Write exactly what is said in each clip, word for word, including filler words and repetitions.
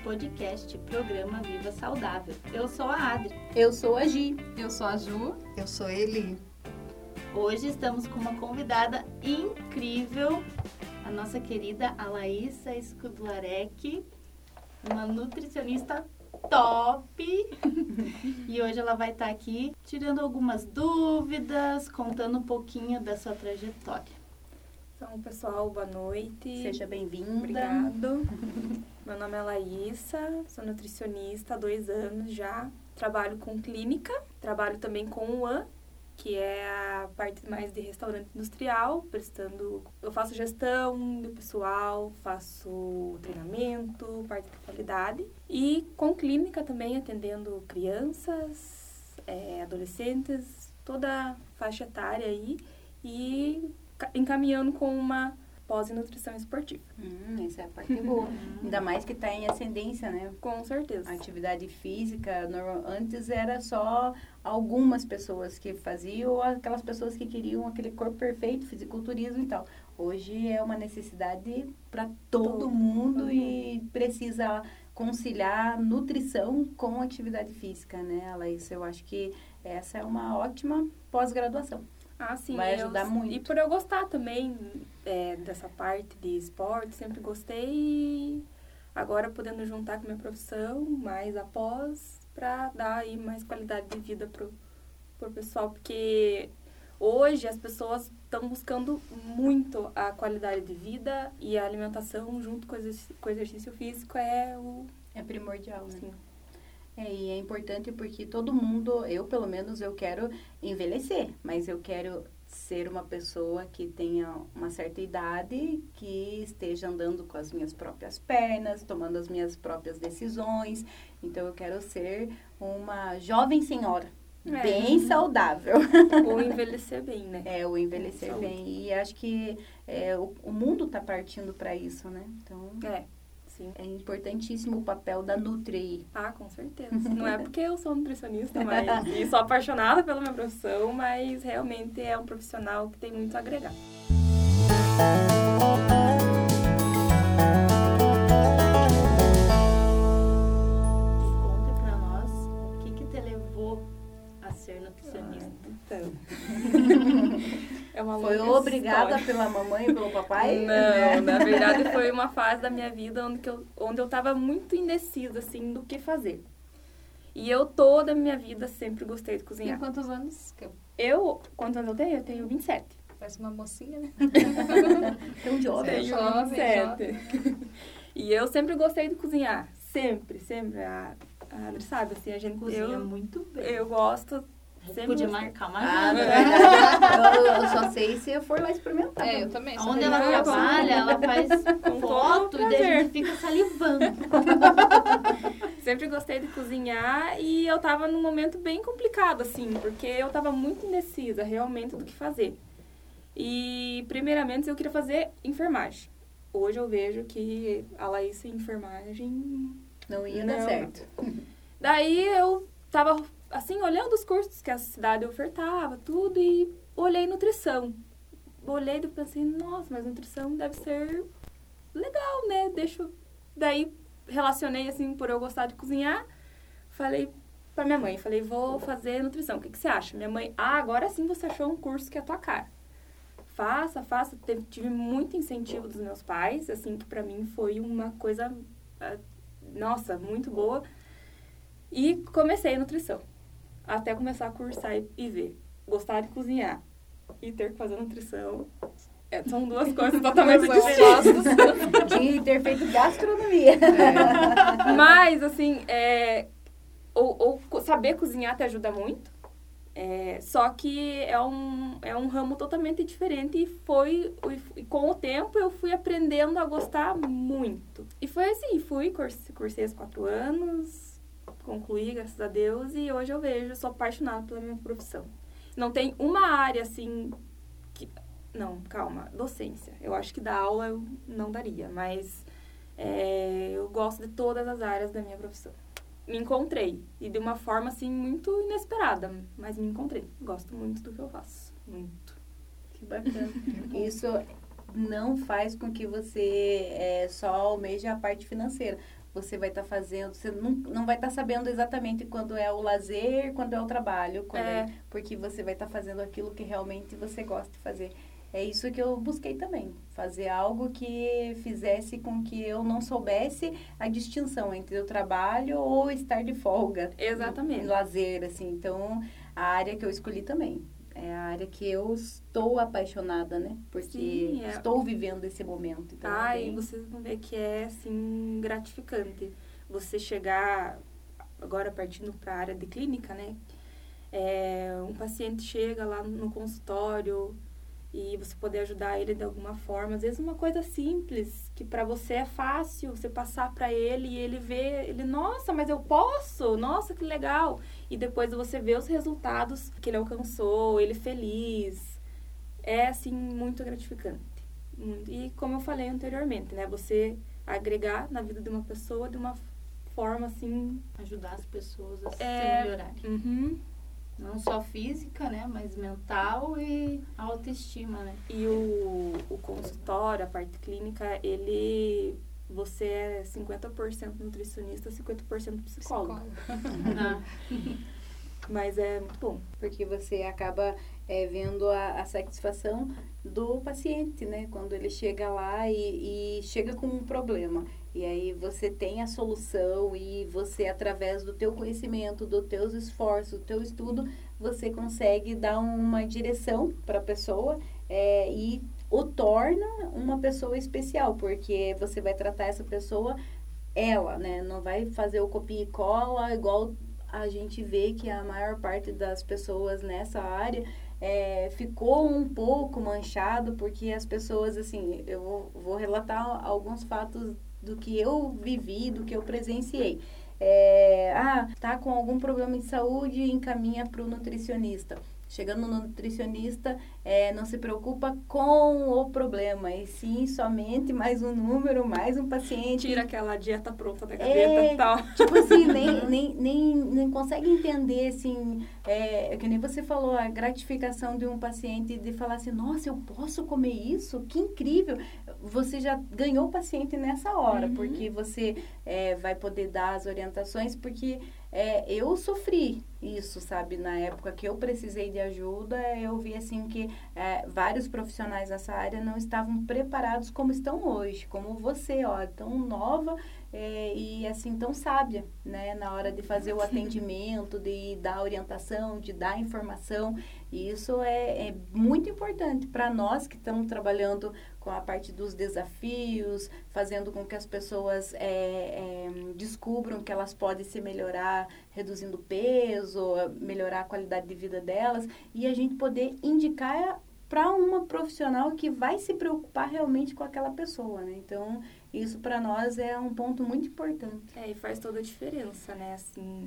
podcast Programa Viva Saudável. Eu sou a Adri. Eu sou a Gi. Eu sou a Ju. Eu sou a Eli. Hoje estamos com uma convidada incrível, a nossa querida Alaísa Skudlarek, uma nutricionista top. E hoje ela vai estar aqui tirando algumas dúvidas, contando um pouquinho da sua trajetória. Então, pessoal, boa noite. Seja bem-vinda. Obrigado. Meu nome é Laísa, sou nutricionista há dois anos já. Trabalho com clínica, trabalho também com o A N, que é a parte mais de restaurante industrial, prestando... Eu faço gestão do pessoal, faço treinamento, parte de qualidade. E com clínica também, atendendo crianças, é, adolescentes, toda a faixa etária aí. E encaminhando com uma pós em nutrição esportiva. Hum, essa é a parte boa. Ainda mais que está em ascendência, né? Com certeza. A atividade física, normal, antes era só algumas pessoas que faziam, ou aquelas pessoas que queriam aquele corpo perfeito, fisiculturismo e tal. Hoje é uma necessidade para todo, todo mundo uhum. e precisa conciliar nutrição com atividade física, né, Laís? Eu acho que essa é uma ótima pós-graduação. Ah, sim. Vai ajudar eu, muito. E por eu gostar também é, dessa parte de esporte, sempre gostei e agora podendo juntar com a minha profissão, mais após, para dar aí mais qualidade de vida pro, pro pessoal, porque hoje as pessoas estão buscando muito a qualidade de vida e a alimentação junto com o exercício, com o exercício físico é o... É primordial, né? Sim. É, e é importante porque todo mundo, eu pelo menos, eu quero envelhecer, mas eu quero ser uma pessoa que tenha uma certa idade, que esteja andando com as minhas próprias pernas, tomando as minhas próprias decisões. Então, eu quero ser uma jovem senhora, é. bem saudável. Ou envelhecer bem, né? É, ou envelhecer bem. E acho que é, o, o mundo está partindo para isso, né? Então... É. Sim. É importantíssimo o papel da Nutri. Ah, com certeza. Não é porque eu sou nutricionista, mas e sou apaixonada pela minha profissão, mas realmente é um profissional que tem muito a agregar. Conta pra nós o que que te levou a ser nutricionista. Ah, então... É uma foi longa obrigada história. Pela mamãe e pelo papai? Não, na verdade foi uma fase da minha vida onde, que eu, onde eu tava muito indecisa, assim, do que fazer. E eu toda a minha vida sempre gostei de cozinhar. E quantos anos? Eu, quantos anos eu tenho? Eu tenho vinte e sete. Parece uma mocinha, né? Tão jovem. Tenho jovem, vinte e sete. E eu sempre gostei de cozinhar. Sempre, sempre. A, a Adri sabe, assim, a gente... Cozinha eu, muito bem. Eu gosto... Sempre podia marcar uma ah, eu, eu só sei se eu for lá experimentar. É, eu também. Onde ela trabalha, ela faz foto e daí a gente fica salivando. Sempre gostei de cozinhar e eu tava num momento bem complicado, assim, porque eu tava muito indecisa realmente do que fazer. E, primeiramente, eu queria fazer enfermagem. Hoje eu vejo que a Laís em enfermagem... Não ia dar certo. Daí eu tava... assim, olhando os cursos que a cidade ofertava, tudo, e olhei nutrição. Olhei e pensei, nossa, mas nutrição deve ser legal, né? Deixa eu... Daí, relacionei, assim, por eu gostar de cozinhar, falei pra minha mãe, falei, vou fazer nutrição, o que, que você acha? Minha mãe, ah, agora sim você achou um curso que é a tua cara. Faça, faça. Teve, tive muito incentivo dos meus pais, assim, que pra mim foi uma coisa, nossa, muito boa. E comecei a nutrição. Até começar a cursar e, e ver. Gostar de cozinhar e ter que fazer nutrição. É, são duas coisas totalmente diferentes. De ter feito gastronomia. É. Mas, assim, é, ou, ou saber cozinhar te ajuda muito. É, só que é um, é um ramo totalmente diferente e foi, e com o tempo eu fui aprendendo a gostar muito. E foi assim, fui, cursei, cursei os quatro anos, concluí, graças a Deus, e hoje eu vejo, sou apaixonada pela minha profissão. Não tem uma área, assim, que... Não, calma, docência. Eu acho que dar aula eu não daria, mas é, eu gosto de todas as áreas da minha profissão. Me encontrei, e de uma forma, assim, muito inesperada, mas me encontrei. Gosto muito do que eu faço, muito. Que bacana. Isso não faz com que você é, só almeje a parte financeira. você vai estar tá fazendo, você não, não vai estar tá sabendo exatamente quando é o lazer, quando é o trabalho, quando É. é, porque você vai estar tá fazendo aquilo que realmente você gosta de fazer. É isso que eu busquei também, fazer algo que fizesse com que eu não soubesse a distinção entre o trabalho ou estar de folga. Exatamente. Em lazer, assim. Então, a área que eu escolhi também. É a área que eu estou apaixonada, né? Porque Sim, é. estou vivendo esse momento. Então, Ah, bem... e vocês vão ver que é, assim, gratificante. Você chegar, agora partindo para a área de clínica, né? É, um paciente chega lá no consultório e você poder ajudar ele de alguma forma. Às vezes uma coisa simples, que para você é fácil você passar para ele e ele vê, ele, nossa, mas eu posso? Nossa, que legal! E depois você vê os resultados que ele alcançou, ele feliz. É, assim, muito gratificante. Muito. E como eu falei anteriormente, né? Você agregar na vida de uma pessoa de uma forma, assim... Ajudar as pessoas a É, se melhorarem. Uhum. Não só física, né? Mas mental e autoestima, né? E o, o consultório, a parte clínica, ele... Você é cinquenta por cento nutricionista, cinquenta por cento psicólogo. Ah, Mas é muito bom. Porque você acaba é, vendo a, a satisfação do paciente, né? Quando ele chega lá e, e chega com um problema. E aí você tem a solução e você, através do teu conhecimento, dos teus esforços, do teu estudo, você consegue dar uma direção para a pessoa é, e o torna uma pessoa especial, porque você vai tratar essa pessoa, ela, né? Não vai fazer o copia e cola igual a gente vê que a maior parte das pessoas nessa área é, ficou um pouco manchado, porque as pessoas, assim, eu vou, vou relatar alguns fatos do que eu vivi, do que eu presenciei. É, ah, tá com algum problema de saúde, encaminha para o nutricionista. Chegando no nutricionista, é, não se preocupa com o problema, e sim somente mais um número, mais um paciente. Tira aquela dieta pronta da gaveta É, e tal. tipo assim, nem, nem, nem, nem consegue entender, assim, é, que nem você falou, a gratificação de um paciente de falar assim, nossa, eu posso comer isso? Que incrível! Você já ganhou o paciente nessa hora, Uhum. porque você é, vai poder dar as orientações, porque é, eu sofri isso, sabe? Na época que eu precisei de ajuda, eu vi, assim, que é, vários profissionais dessa área não estavam preparados como estão hoje, como você, ó, tão nova é, e, assim, tão sábia, né? Na hora de fazer o atendimento, de dar orientação, de dar informação. E isso é, é muito importante para nós que estamos trabalhando com a parte dos desafios, fazendo com que as pessoas é, é, descubram que elas podem se melhorar, reduzindo peso, melhorar a qualidade de vida delas, e a gente poder indicar para uma profissional que vai se preocupar realmente com aquela pessoa, né? Então, isso para nós é um ponto muito importante. É, e faz toda a diferença, né? Assim,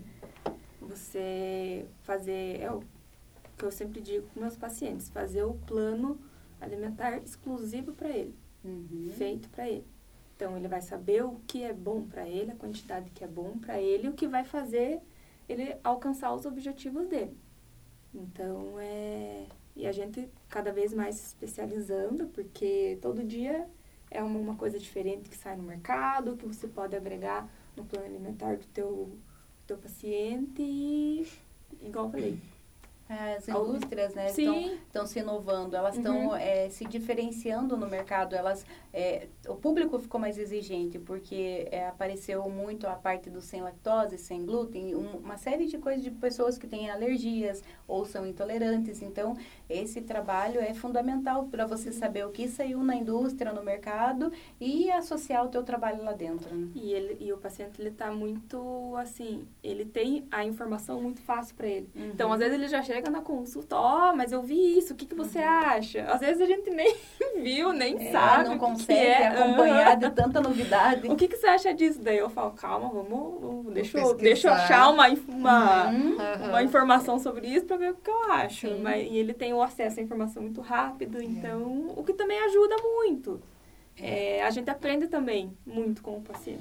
você fazer... É o que eu sempre digo para meus pacientes, fazer o plano alimentar exclusivo para ele, Uhum. feito para ele. Então, ele vai saber o que é bom para ele, a quantidade que é bom para ele, e o que vai fazer ele alcançar os objetivos dele. Então, é... E a gente cada vez mais se especializando, porque todo dia é uma, uma coisa diferente que sai no mercado, que você pode agregar no plano alimentar do teu, teu paciente e, igual eu falei, As indústrias, né, Sim. estão se inovando, elas estão Uhum. é, se diferenciando no mercado, elas, é, o público ficou mais exigente, porque é, apareceu muito a parte do sem lactose, sem glúten, um, uma série de coisas de pessoas que têm alergias ou são intolerantes, então esse trabalho é fundamental para você saber o que saiu na indústria, no mercado e associar o teu trabalho lá dentro. Né? E, ele, e o paciente, ele tá muito, assim, ele tem a informação muito fácil para ele. Uhum. Então, às vezes, ele já chega na consulta, ó, oh, mas eu vi isso, o que, que você uhum. acha? Às vezes, a gente nem viu, nem é, sabe não o consegue que é. acompanhar de tanta novidade. O que, que você acha disso? Daí eu falo, calma, vamos, vamos deixa, eu, pesquisar. deixa eu achar uma, uma, Uhum. uma informação sobre isso para ver o que eu acho. Sim. Mas, e ele tem o acesso à informação muito rápido, então, o que também ajuda muito. É, a gente aprende também muito com o paciente.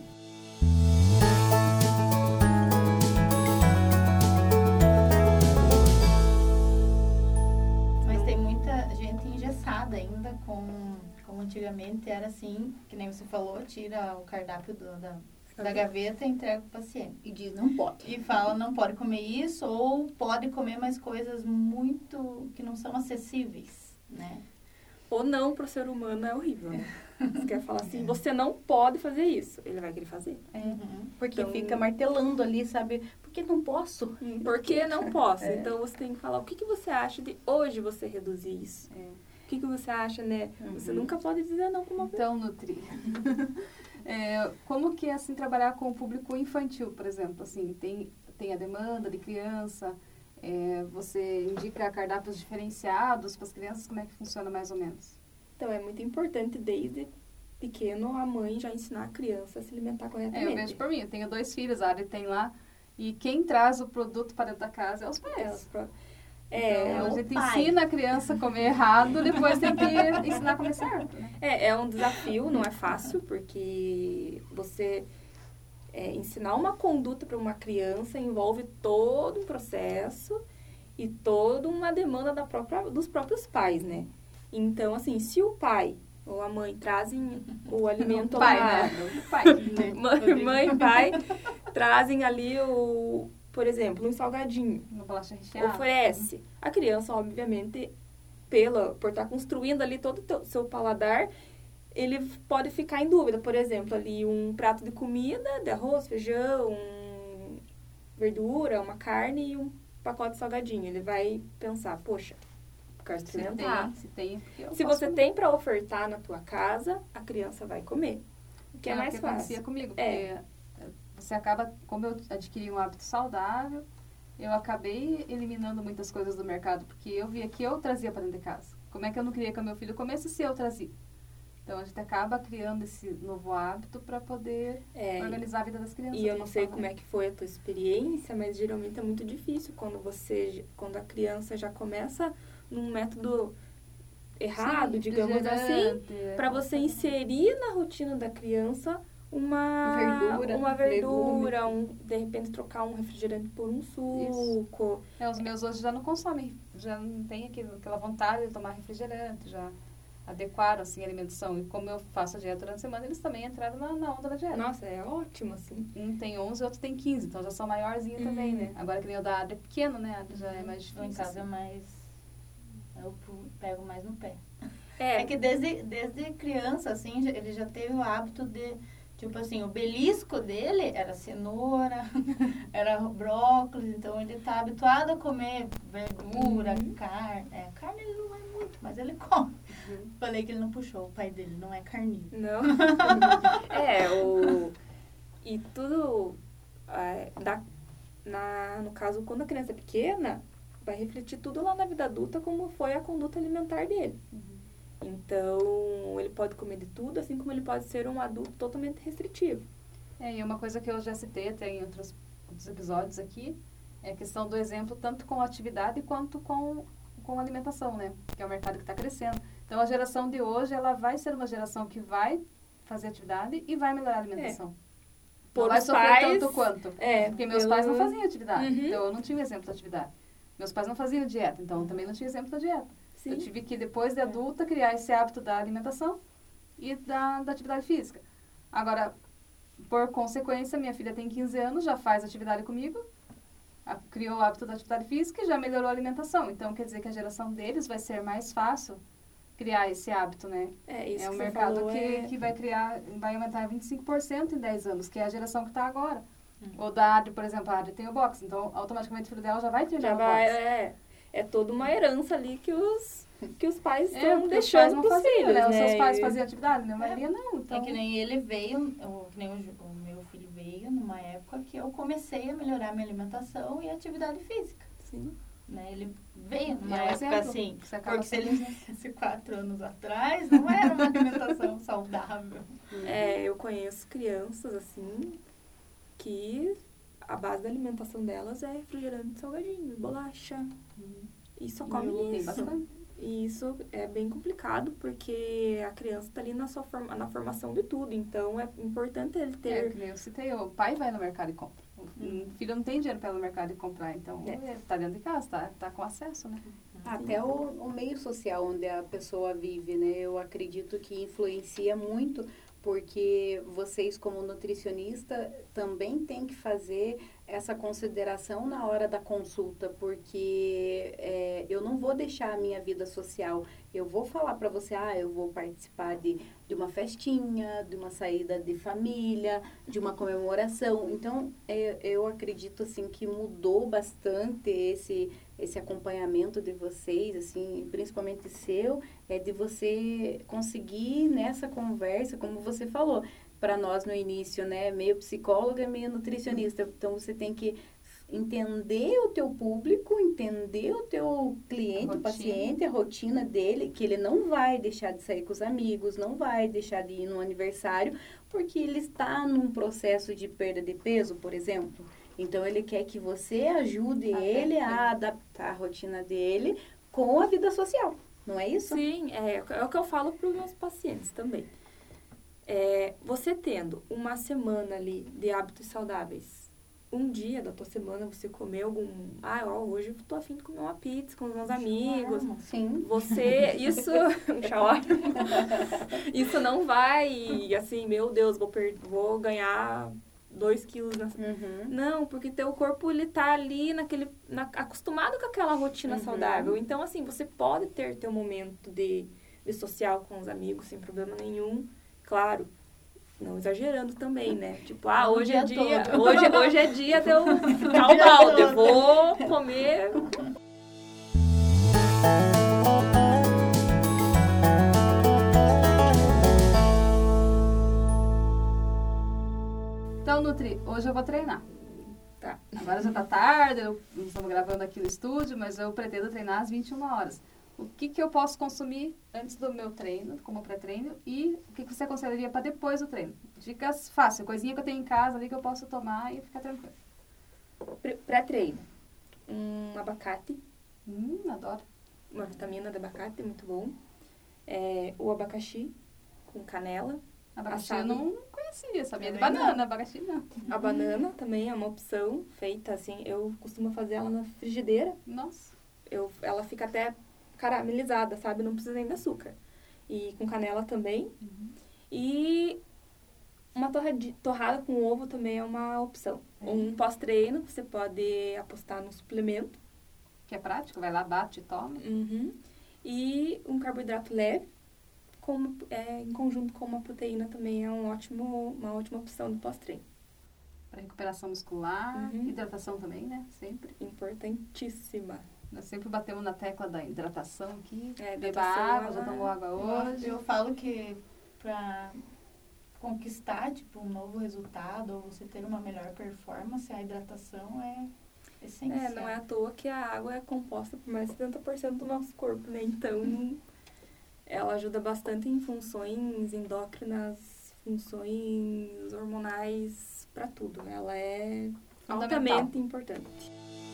Mas tem muita gente engessada ainda, com, como antigamente era assim, que nem você falou, tira o cardápio do, da, da gaveta e entrega pro paciente. E diz, não pode. E fala, não pode comer isso, ou pode comer mais coisas muito, que não são acessíveis, né? Ou não pro ser humano é horrível, né? Você quer falar assim, você não pode fazer isso. Ele vai querer fazer. É, Uhum. porque Então- fica martelando ali, sabe? Porque não posso. Porque não posso. É. Então você tem que falar o que, que você acha de hoje você reduzir isso. É. O que, que você acha, né? Você Uhum. nunca pode dizer não com uma pessoa. Então, Nutri, é, como que é, assim, trabalhar com o público infantil, por exemplo? Assim, tem, tem a demanda de criança, é, você indica cardápios diferenciados para as crianças, como é que funciona mais ou menos? Então é muito importante desde pequeno a mãe já ensinar a criança a se alimentar É, corretamente. eu vejo por mim, eu tenho dois filhos, a Ari tem lá, e quem traz o produto para dentro da casa é os É, pais. os pró- é, Então, o a gente pai. ensina a criança a comer errado, depois tem que ensinar a comer certo, né? é, é um desafio, não é fácil, porque você é, ensinar uma conduta para uma criança envolve todo um processo e toda uma demanda da própria, dos próprios pais, né? Então, assim, se o pai ou a mãe trazem o alimento pai, lá, né? O pai. mãe, mãe e pai trazem ali o, por exemplo, um salgadinho, Uma bolacha recheada. oferece. A criança, obviamente, pela, por estar construindo ali todo o teu- seu paladar, ele pode ficar em dúvida. Por exemplo, ali um prato de comida, de arroz, feijão, um verdura, uma carne e um pacote de salgadinho. Ele vai pensar, poxa, quero Se experimentar. tem, se tem. porque eu Se posso você comer. tem para ofertar na tua casa, a criança vai comer. O que é, o mais que fácil. acontecia comigo, porque É. você acaba, como eu adquiri um hábito saudável, eu acabei eliminando muitas coisas do mercado, porque eu via que eu trazia para dentro de casa. Como é que eu não queria que o meu filho comesse se eu trazia? Então a gente acaba criando esse novo hábito para poder É, organizar a vida das crianças. e eu não sei como é que foi a tua experiência, mas geralmente é muito difícil quando você, quando a criança já começa num método errado, digamos assim, para você inserir na rotina da criança uma Verdura, uma verdura, um, de repente trocar um refrigerante por um suco. É, os meus hoje já não consomem, já não tem aquilo, aquela vontade de tomar refrigerante, já adequaram assim a alimentação. E como eu faço a dieta durante a semana, eles também entraram na, na onda da dieta. Nossa, é ótimo assim. Um tem onze, outro tem quinze, então já são maiorzinhos Uhum. também, né? Agora que nem o da Adri é pequeno, né? A Adri já é mais Então, difícil. em casa é assim. mais... Eu pu- pego mais no pé. É, É que desde, desde criança, assim, já- ele já teve o hábito de... Tipo assim, o belisco dele era cenoura, era brócolis, então ele tá habituado a comer verdura, Uhum. carne. É, carne ele não é muito, mas ele come. Falei que ele não puxou, o pai dele não é carnívoro. não. é, o e tudo é, da, na, no caso, quando a criança é pequena, vai refletir tudo lá na vida adulta como foi a conduta alimentar dele. Então, ele pode comer de tudo, assim como ele pode ser um adulto totalmente restritivo. É, e uma coisa que eu já citei até em outros, outros episódios aqui, é a questão do exemplo tanto com atividade quanto com, com alimentação, né? Que é o mercado que está crescendo. Então, a geração de hoje, ela vai ser uma geração que vai fazer atividade e vai melhorar a alimentação. Por Não vai os sofrer pais, tanto quanto. É, Porque meus pelo- pais não faziam atividade, Uhum. então eu não tinha exemplo de atividade. Meus pais não faziam dieta, então eu também não tinha exemplo da dieta. Sim. Eu tive que, depois de adulta, criar esse hábito da alimentação e da, da atividade física. Agora, por consequência, minha filha tem quinze anos, já faz atividade comigo, a- criou o hábito da atividade física e já melhorou a alimentação. Então, quer dizer que a geração deles vai ser mais fácil criar esse hábito, né? É, isso É um que você mercado falou, que, é- que vai criar, vai aumentar vinte e cinco por cento em dez anos, que é a geração que está agora. Ou da Adri, por exemplo, a Adri tem o boxe, então automaticamente o filho dela já vai treinar já o vai, boxe. é, é toda uma herança ali que os, que os pais É, estão porque os pais deixando não pros faziam, filhos, né? Os né? seus pais E- faziam atividade, né? A maioria não, então... É que nem ele veio, o, que nem o, Ju- o meu filho veio numa época que eu comecei a melhorar minha alimentação e atividade física. Sim. Né? Ele veio numa É um época exemplo assim, que você acaba porque se ele fazendo. viesse quatro anos atrás, não era uma alimentação saudável. É, eu conheço crianças, assim, que a base da alimentação delas é refrigerante, salgadinho, bolacha. E só come Meu, tem isso. bastante. E isso é bem complicado, porque a criança está ali na, sua forma, na formação de tudo. Então, é importante ele É, ter... que nem eu citei, o pai vai no mercado e compra. O filho não tem dinheiro para ir no mercado e comprar, então É. ele tá dentro de casa, tá, tá com acesso, né? Até o, o meio social onde a pessoa vive, né? Eu acredito que influencia muito, porque vocês, como nutricionista, também têm que fazer essa consideração na hora da consulta, porque é, eu não vou deixar a minha vida social, eu vou falar para você, ah, eu vou participar de, de uma festinha, de uma saída de família, de uma comemoração. Então, é, eu acredito, assim, que mudou bastante esse, esse acompanhamento de vocês, assim, principalmente seu, é de você conseguir nessa conversa, como você falou, para nós no início, né, meio psicóloga, meio nutricionista. Então, você tem que entender o teu público, entender o teu cliente, o paciente, a rotina dele, que ele não vai deixar de sair com os amigos, não vai deixar de ir no aniversário, porque ele está num processo de perda de peso, por exemplo. Então, ele quer que você ajude Até ele a adaptar a rotina dele com a vida social, não é isso? Sim, é, é o que eu falo para os meus pacientes também. É, você tendo uma semana ali de hábitos saudáveis, um dia da tua semana você comer algum... Ah, ó, hoje eu tô afim de comer uma pizza com os meus amigos. Sim. Você... Isso... Um shawarma. Isso não vai, assim, meu Deus, vou, per, vou ganhar dois quilos. Na... Uhum. Não, porque teu corpo, ele tá ali naquele... Na, acostumado com aquela rotina uhum. saudável. Então, assim, você pode ter teu momento de, de social com os amigos sem problema nenhum. Claro, não exagerando também, né? Tipo, ah, hoje é dia, hoje, hoje é dia de eu ficar o balde, eu vou comer. Então, Nutri, hoje eu vou treinar. Tá. Agora já tá tarde, eu, nós estamos gravando aqui no estúdio, mas eu pretendo treinar às vinte e uma horas. O que, que eu posso consumir antes do meu treino, como pré-treino, e o que, que você aconselharia para depois do treino? Dicas fáceis, coisinha que eu tenho em casa ali que eu posso tomar e ficar tranquilo. Pré-treino. Um abacate. Hum, adoro. Uma vitamina de abacate, muito bom. É, o abacaxi com canela. Abacaxi assado. eu não conhecia, sabia de Também banana, não. abacaxi não. A banana também é uma opção feita assim, eu costumo fazer ela na frigideira. Nossa. Eu, ela fica até caramelizada, sabe? Não precisa nem de açúcar. E com canela também. Uhum. E uma torradi- torrada com ovo também é uma opção. É. Um pós-treino, você pode apostar no suplemento. Que é prático, vai lá, bate e toma. Uhum. E um carboidrato leve, com uma- é, em conjunto com uma proteína também é um ótimo, uma ótima opção do pós-treino. Para recuperação muscular, Uhum. hidratação também, né? Sempre. Importantíssima. Nós sempre batemos na tecla da hidratação aqui. É, Beba hidratação, água, já ela- tomou água Eu, hoje. eu falo que para conquistar tipo um novo resultado ou você ter uma melhor performance, a hidratação é essencial. É, não é à toa que a água é composta por mais de setenta por cento do nosso corpo, né? Então, ela ajuda bastante em funções endócrinas, funções hormonais, para tudo. Ela é Fundamental. altamente importante.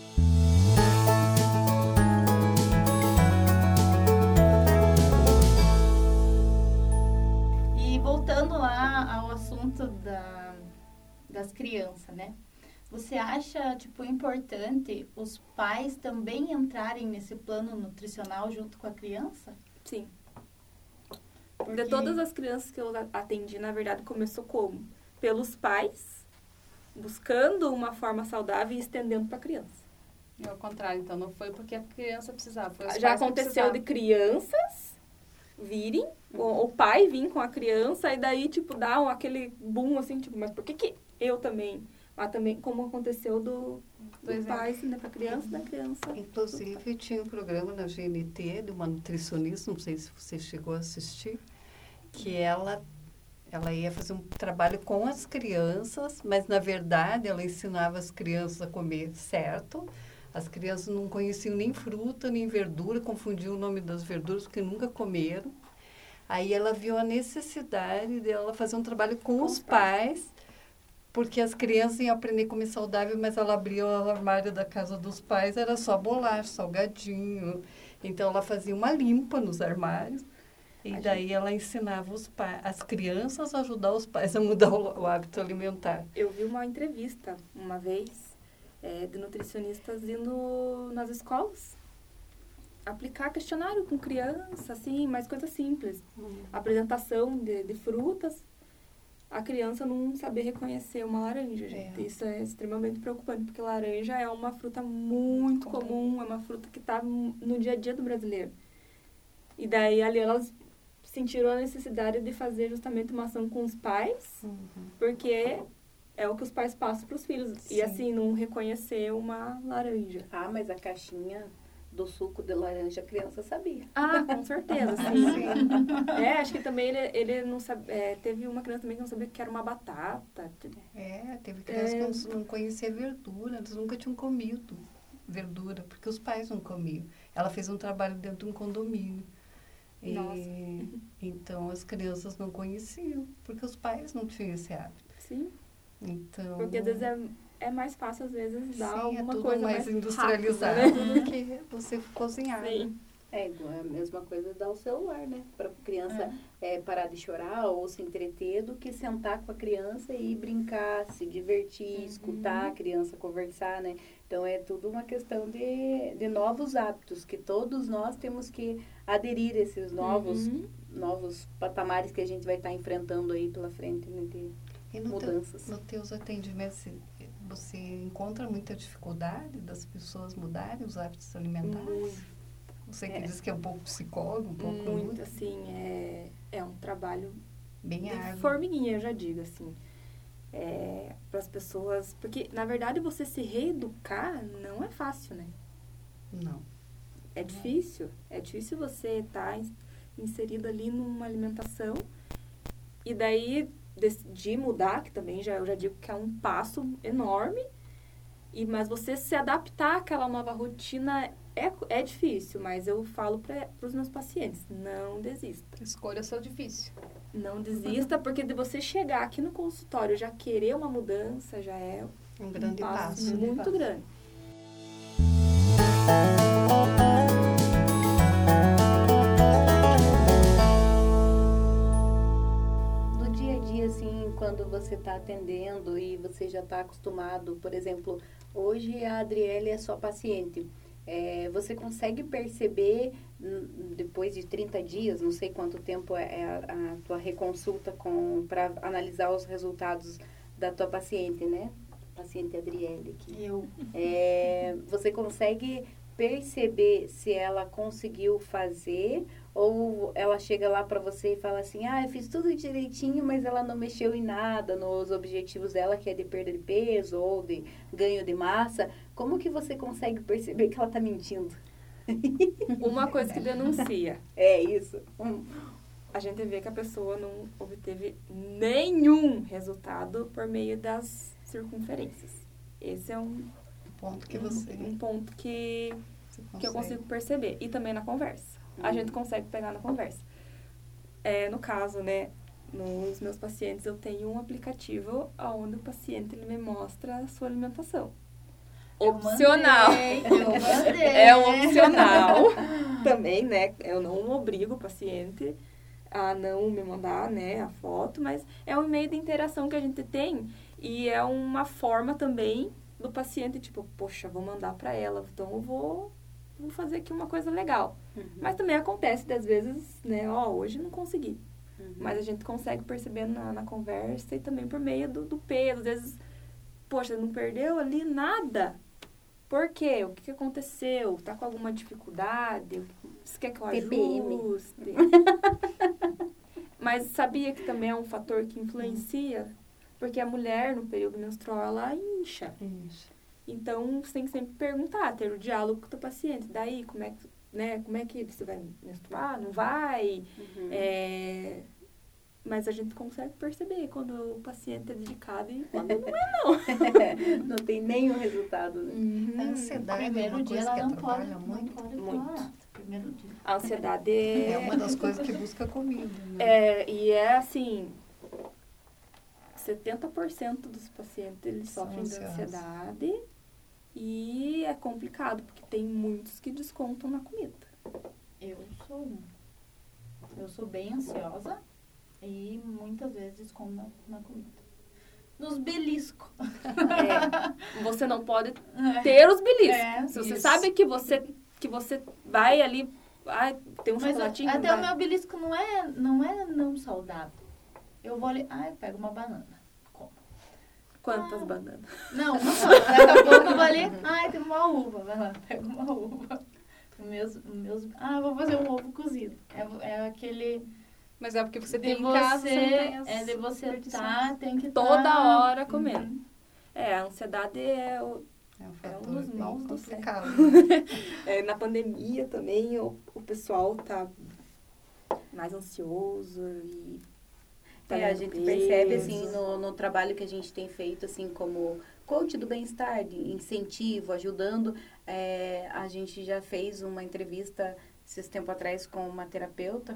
E voltando lá ao assunto da, das crianças, né? Você acha, tipo, importante os pais também entrarem nesse plano nutricional junto com a criança? Sim. Porque- De todas as crianças que eu atendi, na verdade, começou como? Pelos pais, buscando uma forma saudável e estendendo para a criança. E ao contrário, então, não foi porque a criança precisava, foi os Já pais que aconteceu de precisavam. crianças virem, o, o pai vir com a criança, e daí, tipo, dá um, aquele boom, assim, tipo, mas por que que eu também? Mas também, como aconteceu do, do Dois pai, assim, né, pra criança, da criança. Inclusive, tinha um programa na G N T de uma nutricionista, não sei se você chegou a assistir, que ela, ela ia fazer um trabalho com as crianças, mas, na verdade, ela ensinava as crianças a comer certo. As crianças não conheciam nem fruta, nem verdura, confundiam o nome das verduras, porque nunca comeram. Aí ela viu a necessidade dela fazer um trabalho com, com os pais, pais porque as crianças iam aprender a comer saudável, mas ela abria o armário da casa dos pais, era só bolacha, salgadinho. Então, ela fazia uma limpa nos armários. E a daí gente... ela ensinava os pa- as crianças a ajudar os pais a mudar o, o hábito alimentar. Eu vi uma entrevista uma vez é, de nutricionistas indo nas escolas aplicar questionário com criança, assim, mais coisa simples. Uhum. Apresentação de, de frutas. a criança não saber reconhecer uma laranja, gente. É. Isso é extremamente preocupante, porque laranja é uma fruta muito comum, é uma fruta que está no dia a dia do brasileiro. E daí, ali, elas sentiram a necessidade de fazer justamente uma ação com os pais, Uhum. porque é o que os pais passam para os filhos. Sim. E, assim, não reconhecer uma laranja. Ah, mas a caixinha do suco de laranja a criança sabia. Ah, com certeza, sim. É, acho que também ele, ele não sabe, é, teve uma criança também que não sabia o que era uma batata. É, teve crianças É. que não, não conheciam verdura, eles nunca tinham comido verdura, porque os pais não comiam. Ela fez um trabalho dentro de um condomínio. E, Nossa. então, as crianças não conheciam, porque os pais não tinham esse hábito. Sim, Então, porque às vezes é, é mais fácil, às vezes, dar sim, é alguma tudo coisa mais mais industrializado rápida, né? do que você cozinhar. Sim. né? É igual, é a mesma coisa dar o celular, né? Para a criança é, parar de chorar ou se entreter do que sentar com a criança e brincar, se divertir, Uhum. escutar a criança conversar, né? Então, é tudo uma questão de, de novos hábitos, que todos nós temos que aderir a esses novos, Uhum. novos patamares que a gente vai estar enfrentando aí pela frente, né? De E no teu, mudanças. no teus atendimentos, você- você encontra muita dificuldade das pessoas mudarem os hábitos alimentares? Muito. Você que É. diz que é um pouco psicólogo, um pouco Muito, assim, é, é um trabalho bem de árduo. formiguinha, eu já digo, assim. É, para as pessoas... Porque, na verdade, você se reeducar não é fácil, né? Não. É difícil. É difícil você estar inserido ali numa alimentação e daí decidir mudar, que também já, eu já digo que é um passo enorme, e, mas você se adaptar àquela nova rotina é, é difícil, mas eu falo para os meus pacientes, não desista. Escolha o seu difícil. Não desista, porque de você chegar aqui no consultório já querer uma mudança já é Um grande um passo passo. muito passo. grande. No dia a dia, assim, quando você está atendendo e você já está acostumado, por exemplo, hoje a Adriele é sua paciente. É, você consegue perceber, hum, depois de trinta dias, não sei quanto tempo é a, a tua reconsulta para analisar os resultados da tua paciente, né? Paciente Adriele aqui. Eu. É, você consegue perceber se ela conseguiu fazer ou ela chega lá para você e fala assim, ah, eu fiz tudo direitinho, mas ela não mexeu em nada nos objetivos dela, que é de perda de peso ou de ganho de massa. Como que você consegue perceber que ela está mentindo? Uma coisa que denuncia. É isso. Hum. A gente vê que a pessoa não obteve nenhum resultado por meio das circunferências. Esse é um, Ponto que um, você, um ponto que, você que eu consigo perceber. E também na conversa. A Uhum. gente consegue pegar na conversa. É, no caso, né, nos meus pacientes, eu tenho um aplicativo onde o paciente ele me mostra a sua alimentação. Eu Opcional. mandei, eu mandei. É um opcional também, né? Eu não obrigo o paciente a não me mandar, né, a foto, mas é um meio de interação que a gente tem e é uma forma também do paciente, tipo, poxa, vou mandar para ela, então eu vou, vou fazer aqui uma coisa legal. Uhum. Mas também acontece, das vezes, né, ó, hoje não consegui. Uhum. Mas a gente consegue perceber na, na conversa e também por meio do, do peso. Às vezes, poxa, não perdeu ali nada. Por quê? O que, que aconteceu? Tá com alguma dificuldade? Você quer que eu T P M. ajuste? Mas sabia que também é um fator que influencia? Porque a mulher, no período menstrual, ela incha. Isso. Então, você tem que sempre perguntar, ter o diálogo com o teu paciente. Daí, como é que, né, como é que você vai menstruar? Não vai? Uhum. É, mas a gente consegue perceber quando o paciente é dedicado e quando não é. Não tem nenhum resultado, né? A Uhum. ansiedade é Primeiro uma dia coisa ela que não pode, atrapalha não muito. pode Muito. falar. Primeiro dia. A ansiedade é... É uma das coisas que busca comida. Né? É, e é assim, setenta por cento dos pacientes eles São sofrem de ansiosos. ansiedade e é complicado, porque tem muitos que descontam na comida. Eu sou um. Eu sou bem ansiosa e muitas vezes como na, na comida. Nos beliscos. É, você não pode ter os beliscos. É, Se você isso. sabe que você, que você vai ali, ai, tem um Mas chocolatinho, até vai. o meu belisco não é, não é não saudável. Eu vou ali, ah, eu pego uma banana. Como? Quantas Ah. bananas? Não, não só. Daqui a pouco eu vou ali, ai, tem uma uva. Vai lá, pega uma uva. Os meus, os meus, ah, eu vou fazer um ovo cozido. É, é aquele... Mas é porque você de tem em você, casa, você não tem as é de você superstições. tá, tem que Toda tá, hora comendo. Uhum. É, a ansiedade é, o, É um é um fator dos bem maus do complicado. é, na pandemia também o, o pessoal tá mais ansioso e tá É, a lendo gente percebe, assim, peso. no, no trabalho que a gente tem feito, assim, como coach do bem-estar, de incentivo, ajudando. É, a gente já fez uma entrevista esses tempos atrás com uma terapeuta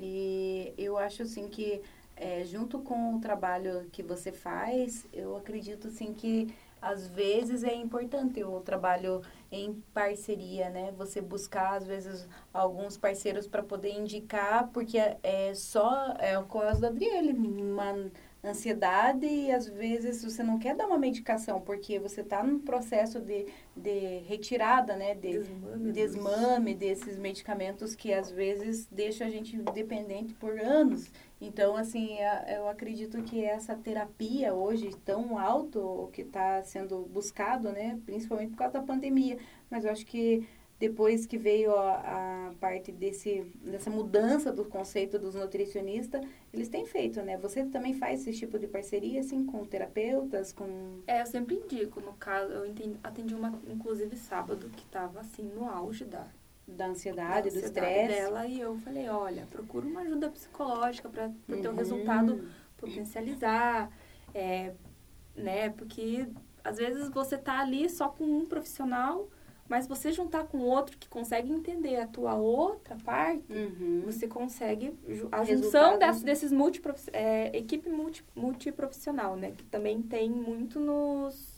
e eu acho, assim, que é, junto com o trabalho que você faz, eu acredito, assim, que às vezes é importante o trabalho em parceria, né? Você buscar, às vezes, alguns parceiros para poder indicar, porque é, é só, é o caso da Adriele, uma ansiedade e, às vezes, você não quer dar uma medicação, porque você está num processo de, de retirada, né? De Desmame, desmame desses medicamentos que, às vezes, deixam a gente dependente por anos. Então, assim, eu acredito que essa terapia hoje tão alto que está sendo buscado, né? Principalmente por causa da pandemia. Mas eu acho que depois que veio a, a parte desse, dessa mudança do conceito dos nutricionistas, eles têm feito, né? Você também faz esse tipo de parceria, assim, com terapeutas, com... É, eu sempre indico, no caso, eu entendi, atendi uma, inclusive, sábado, que tava, assim, no auge da... Da ansiedade, da do ansiedade estresse. dela, e eu falei, olha, procura uma ajuda psicológica para ter um Uhum. resultado potencializar, é, né, porque às vezes você tá ali só com um profissional, mas você juntar com outro que consegue entender a tua outra parte, Uhum. você consegue, ju- a Resultado. junção dessas, desses multiprof, é, equipe multi, multiprofissional, né, que também tem muito nos...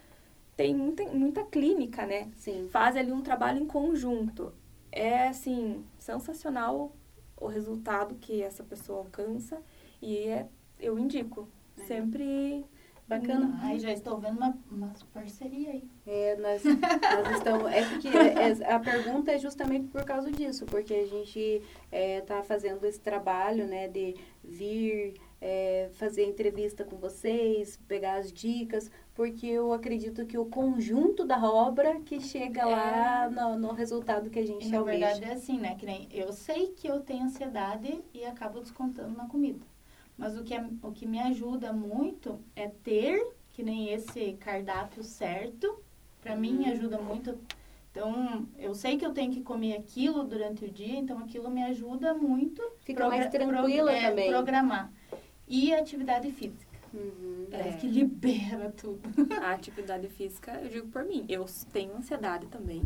Tem muita, muita clínica, né? Sim. Faz ali um trabalho em conjunto. É, assim, sensacional o resultado que essa pessoa alcança. E é, eu indico. É. Sempre... Bacana. Ai, já estou vendo uma, uma parceria aí. É, nós, nós estamos... É porque é- é- a pergunta é justamente por causa disso, porque a gente está fazendo esse trabalho, né, de vir... É, fazer entrevista com vocês, pegar as dicas, porque eu acredito que o conjunto da obra que chega É. lá no, no resultado que a E gente na almeja. verdade é assim, né? Que nem eu sei que eu tenho ansiedade e acabo descontando na comida. Mas o que, é, o que me ajuda muito é ter, que nem esse cardápio certo. Pra mim me ajuda muito. Então, eu sei que eu tenho que comer aquilo durante o dia, então aquilo me ajuda muito. Fica mais progra- tranquila é, também. Programar. E atividade física. Uhum. Parece É. que libera tudo. A atividade física, eu digo por mim. Eu tenho ansiedade também.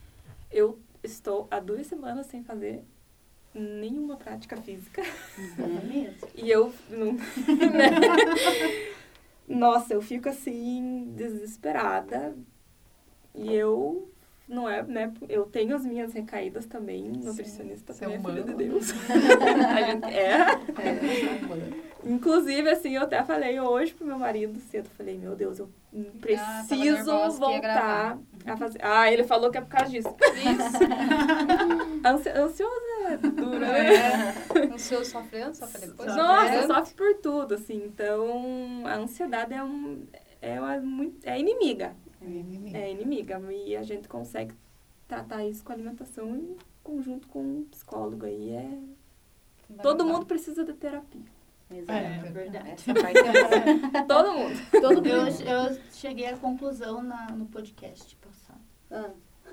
Eu estou há duas semanas sem fazer nenhuma prática física. É mesmo. E eu não... né? Nossa, eu fico assim, desesperada. E eu... Não é, né? Eu tenho as minhas recaídas também. Nutricionista você é também é filha de humano. Deus. A gente é. É, humano. Inclusive, assim, eu até falei hoje pro meu marido cedo. Falei, meu Deus, eu tava preciso nervosa que ia voltar gravar. a fazer. Ah, ele falou que é por causa disso. Isso. Ansi ansiosa é dura, né? É. Ansioso sofrendo, sofre depois. Nossa, É. sofre por tudo, assim. Então, a ansiedade é um... É, uma, muito, é inimiga. É inimigo. É inimiga. E a gente consegue tratar isso com alimentação em conjunto com um psicólogo aí. É... Todo mundo precisa de terapia. Exato. É, verdade. Essa parte é Todo mundo. todo Eu, mundo. eu cheguei à conclusão na, no podcast passado. Ah,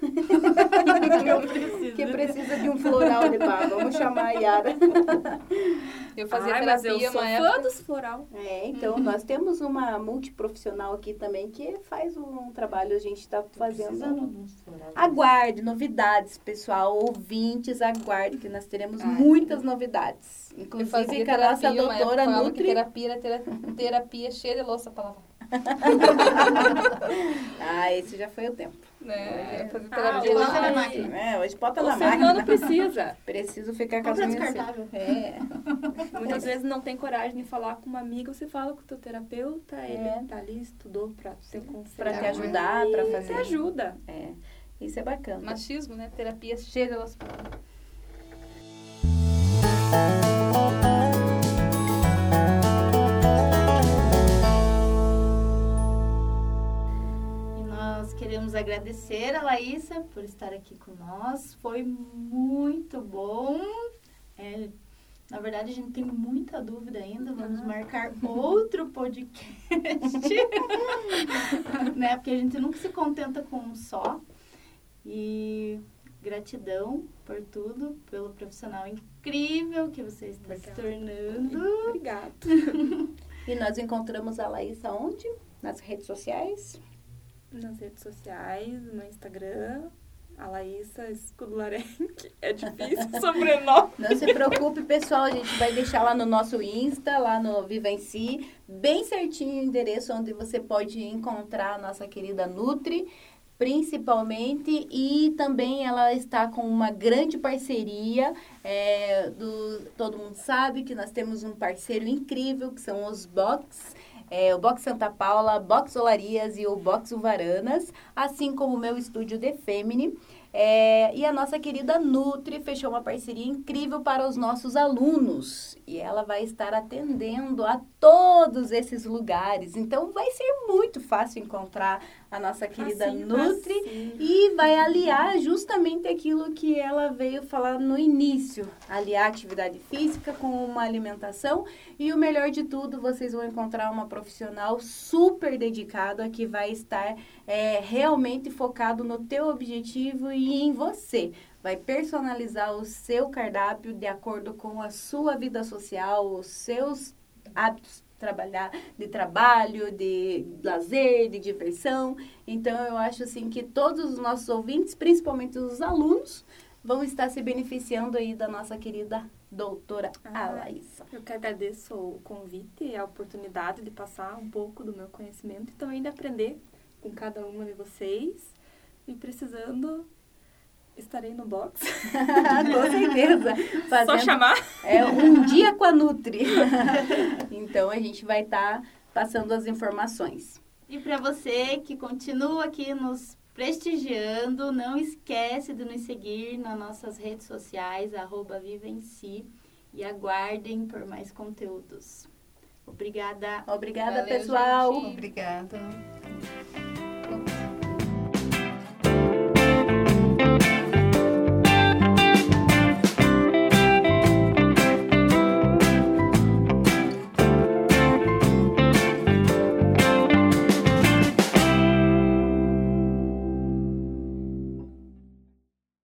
Eu preciso. que precisa de um floral de bar. Vamos chamar a Yara. Eu fazia Ai, mas terapia eu sou uma fã época. dos floral. É, então, nós temos uma multiprofissional aqui também que faz um trabalho, a gente está Precisando fazendo... de uns florais. Aguarde novidades, pessoal, ouvintes, aguarde que nós teremos Ai, muitas novidades. Eu Inclusive fazia com a nossa terapia, uma época doutora falava que Nutri. terapia era tera- terapia cheia de louça pra lavar. Ah, esse já foi o tempo. Né? Eu fazia Ah, terapia hoje lá. é na máquina. É, hoje bota O na ser máquina. humano precisa. Preciso ficar com as Compra unhas descartável. É. Muitas vezes não tem coragem de falar com uma amiga, você fala com o teu terapeuta, É. ele tá ali, estudou pra te aconselhar. Pra te ajudar, pra e fazer. te ajuda. É. Isso é bacana. Machismo, né? Terapia cheia de louça pra lavar. nós queremos agradecer a Laísa por estar aqui com nós. Foi muito bom. É, na verdade, a gente tem muita dúvida ainda. Vamos marcar outro podcast. Né? Porque a gente nunca se contenta com um só. E gratidão por tudo, pelo profissional incrível que você está Obrigada. se tornando. Obrigada. E nós encontramos a Laísa onde? Nas redes sociais? Nas redes sociais, no Instagram, a Laísa Scudularek. É difícil o sobrenome. Não se preocupe, pessoal, a gente vai deixar lá no nosso Insta, lá no Viva em Si, bem certinho o endereço onde você pode encontrar a nossa querida Nutri, principalmente, e também ela está com uma grande parceria, é, do, todo mundo sabe que nós temos um parceiro incrível, que são os Box, é, o Box Santa Paula, Box Olarias e o Box Uvaranas, assim como o meu estúdio The Femini. É, e a nossa querida Nutri fechou uma parceria incrível para os nossos alunos. E ela vai estar atendendo a todos esses lugares. Então, vai ser muito fácil encontrar a nossa querida facinho, Nutri. facinho. E vai aliar justamente aquilo que ela veio falar no início. Aliar atividade física com uma alimentação. E o melhor de tudo, vocês vão encontrar uma profissional super dedicada que vai estar é, realmente focado no teu objetivo e em você. Vai personalizar o seu cardápio de acordo com a sua vida social, os seus hábitos trabalhar, de trabalho, de lazer, de diversão. Então, eu acho assim que todos os nossos ouvintes, principalmente os alunos, vão estar se beneficiando aí da nossa querida doutora ah, Laísa. Eu que agradeço o convite e a oportunidade de passar um pouco do meu conhecimento e também de aprender com cada uma de vocês. E precisando, estarei no box. Com certeza. Fazendo, Só chamar. É um dia com a Nutri. Então, a gente vai estar tá passando as informações. E para você que continua aqui nos prestigiando, não esquece de nos seguir nas nossas redes sociais, arroba Viva em Si, e aguardem por mais conteúdos. Obrigada. Obrigada, Valeu, pessoal. gente. Obrigada.